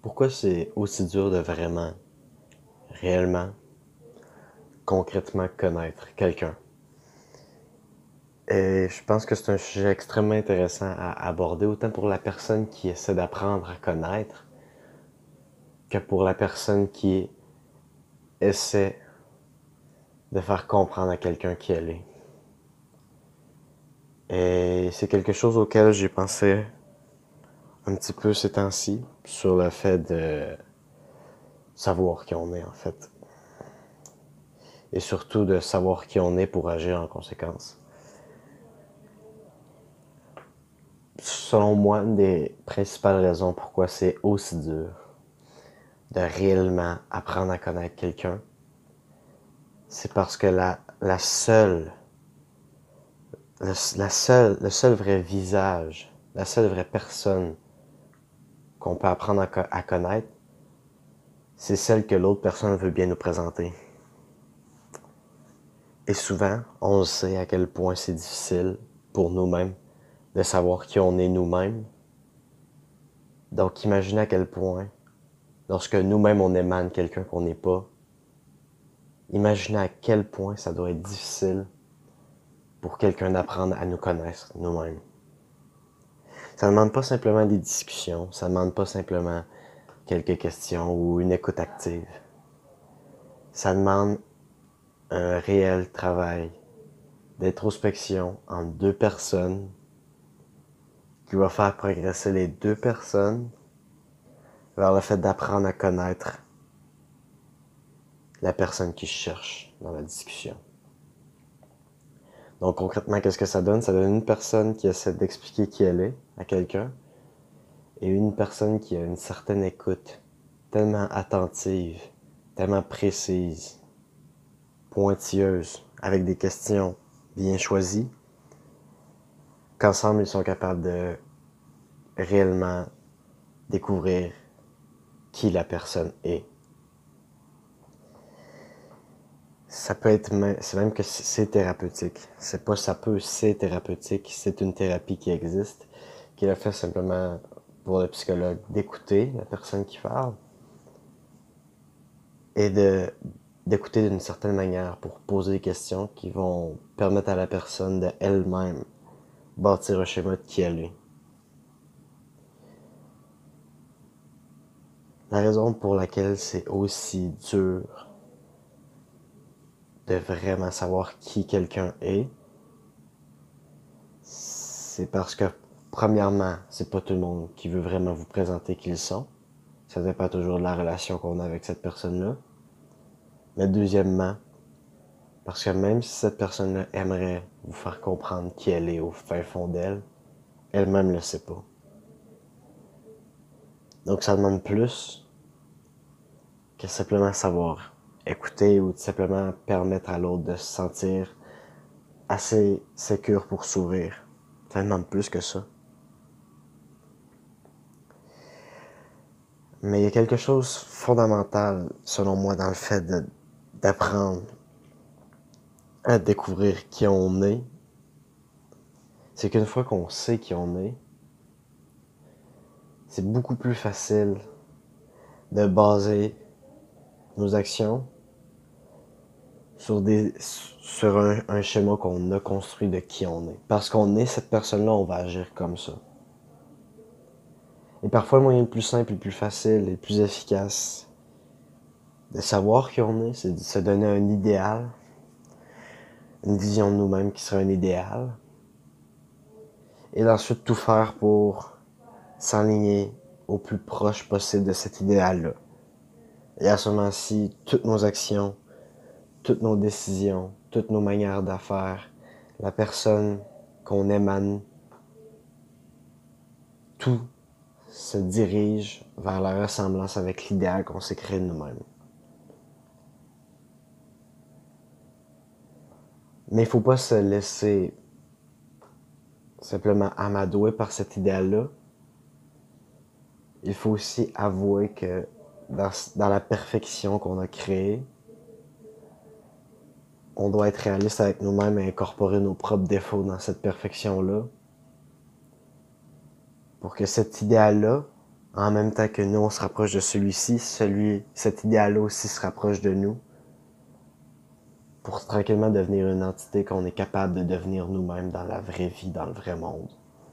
Pourquoi c'est aussi dur de vraiment, réellement, concrètement connaître quelqu'un? Et je pense que c'est un sujet extrêmement intéressant à aborder, autant pour la personne qui essaie d'apprendre à connaître que pour la personne qui essaie de faire comprendre à quelqu'un qui elle est. Et c'est quelque chose auquel j'ai pensé un petit peu ces temps-ci, sur le fait de savoir qui on est en fait. Et surtout de savoir qui on est pour agir en conséquence. Selon moi, une des principales raisons pourquoi c'est aussi dur de réellement apprendre à connaître quelqu'un, c'est parce que le seul vrai visage, la seule vraie personne qu'on peut apprendre à connaître, c'est celle que l'autre personne veut bien nous présenter. Et souvent, on sait à quel point c'est difficile pour nous-mêmes de savoir qui on est nous-mêmes. Donc imaginez à quel point, lorsque nous-mêmes on émane quelqu'un qu'on n'est pas, imaginez à quel point ça doit être difficile pour quelqu'un d'apprendre à nous connaître nous-mêmes. Ça ne demande pas simplement des discussions, ça ne demande pas simplement quelques questions ou une écoute active. Ça demande un réel travail d'introspection entre deux personnes qui va faire progresser les deux personnes vers le fait d'apprendre à connaître la personne qui cherche dans la discussion. Donc concrètement, qu'est-ce que ça donne? Ça donne une personne qui essaie d'expliquer qui elle est à quelqu'un et une personne qui a une certaine écoute tellement attentive, tellement précise, pointilleuse, avec des questions bien choisies, qu'ensemble ils sont capables de réellement découvrir qui la personne est. Ça peut être, c'est même que c'est thérapeutique. C'est pas ça peut, c'est thérapeutique. C'est une thérapie qui existe, qui est le fait simplement pour le psychologue d'écouter la personne qui parle et d'écouter d'une certaine manière pour poser des questions qui vont permettre à la personne de elle-même bâtir un schéma de qui elle est. La raison pour laquelle c'est aussi dur de vraiment savoir qui quelqu'un est, c'est parce que, premièrement, c'est pas tout le monde qui veut vraiment vous présenter qui ils sont. Ça dépend toujours de la relation qu'on a avec cette personne-là. Mais deuxièmement, parce que même si cette personne-là aimerait vous faire comprendre qui elle est au fin fond d'elle, elle-même le sait pas. Donc ça demande plus que simplement savoir écouter ou simplement permettre à l'autre de se sentir assez sécure pour s'ouvrir. Ça demande plus que ça. Mais il y a quelque chose de fondamental, selon moi, dans le fait d'apprendre à découvrir qui on est. C'est qu'une fois qu'on sait qui on est, c'est beaucoup plus facile de baser nos actions sur un schéma qu'on a construit de qui on est. Parce qu'on est cette personne-là, on va agir comme ça. Et parfois, le moyen le plus simple, le plus facile et le plus efficace de savoir qui on est, c'est de se donner un idéal, une vision de nous-mêmes qui serait un idéal, et d'ensuite tout faire pour s'enligner au plus proche possible de cet idéal-là. Et à ce moment-ci, toutes nos actions, toutes nos décisions, toutes nos manières d'affaires, la personne qu'on émane, tout se dirige vers la ressemblance avec l'idéal qu'on s'est créé de nous-mêmes. Mais il ne faut pas se laisser simplement amadouer par cet idéal-là. Il faut aussi avouer que dans la perfection qu'on a créée, on doit être réaliste avec nous-mêmes et incorporer nos propres défauts dans cette perfection-là pour que cet idéal-là, En même temps que nous, on se rapproche de celui-ci, cet idéal-là aussi se rapproche de nous, pour tranquillement devenir une entité qu'on est capable de devenir nous-mêmes dans la vraie vie, dans le vrai monde.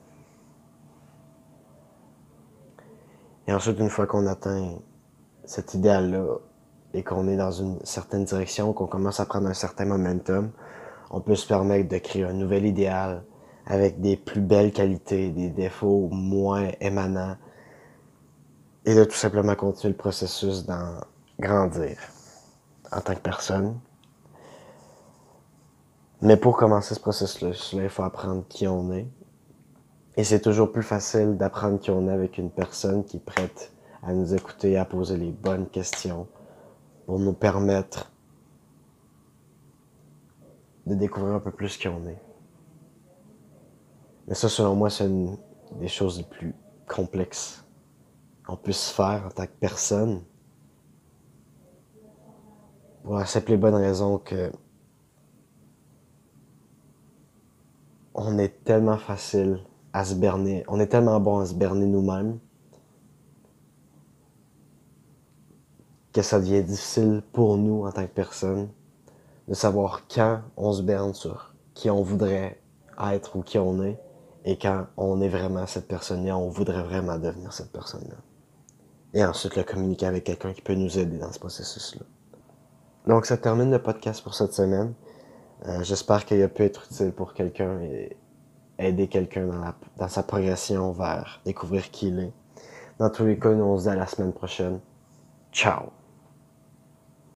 Et ensuite, une fois qu'on atteint cet idéal-là et qu'on est dans une certaine direction, qu'on commence à prendre un certain momentum, on peut se permettre de créer un nouvel idéal avec des plus belles qualités, des défauts moins émanants, et de tout simplement continuer le processus d'en grandir en tant que personne. Mais pour commencer ce processus-là, il faut apprendre qui on est. Et c'est toujours plus facile d'apprendre qui on est avec une personne qui est prête à nous écouter, à poser les bonnes questions pour nous permettre de découvrir un peu plus qui on est. Mais ça, selon moi, c'est une des choses les plus complexes qu'on puisse faire en tant que personne. Pour la simple et bonne raison que on est tellement facile à se berner, on est tellement bon à se berner nous-mêmes que ça devient difficile pour nous en tant que personne de savoir quand on se berne sur qui on voudrait être ou qui on est et quand on est vraiment cette personne-là, on voudrait vraiment devenir cette personne-là. Et ensuite le communiquer avec quelqu'un qui peut nous aider dans ce processus-là. Donc ça termine le podcast pour cette semaine. J'espère qu'il a pu être utile pour quelqu'un et aider quelqu'un dans sa progression vers découvrir qui il est. Dans tous les cas, nous on se dit à la semaine prochaine. Ciao!